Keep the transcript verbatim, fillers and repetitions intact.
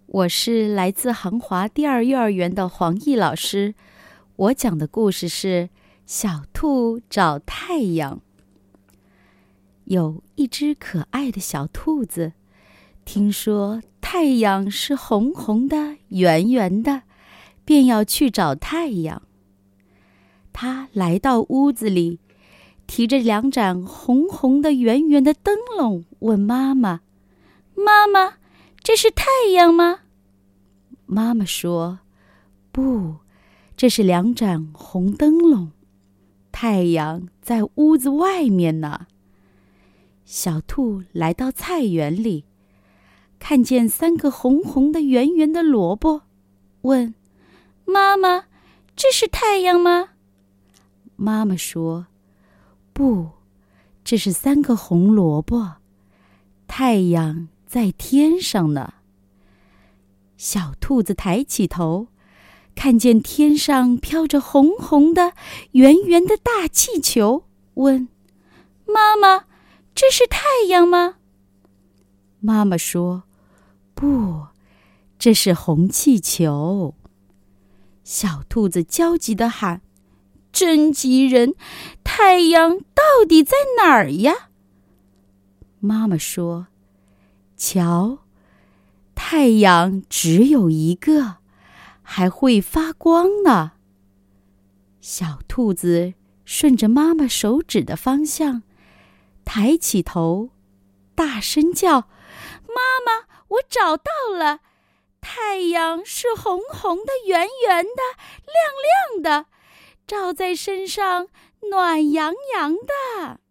我是来自杭华第二幼儿园的黄奕老师，我讲的故事是小兔找太阳。有一只可爱的小兔子，听说太阳是红红的、圆圆的，便要去找太阳。它来到屋子里，提着两盏红红的、圆圆的灯笼，问妈妈：“妈妈，这是太阳吗？”妈妈说：“不，这是两盏红灯笼，太阳在屋子外面呢。”小兔来到菜园里，看见三个红红的、圆圆的萝卜，问：“妈妈，这是太阳吗？”妈妈说：“不，这是三个红萝卜，太阳在天上呢。”小兔子抬起头，看见天上飘着红红的、圆圆的大气球，问：“妈妈，这是太阳吗？”妈妈说：“不，这是红气球。”小兔子焦急地喊：“真急人！太阳到底在哪儿呀？”妈妈说：“瞧，太阳只有一个，还会发光呢。”小兔子顺着妈妈手指的方向，抬起头，大声叫：“妈妈，我找到了！太阳是红红的、圆圆的、亮亮的，照在身上暖洋洋的。”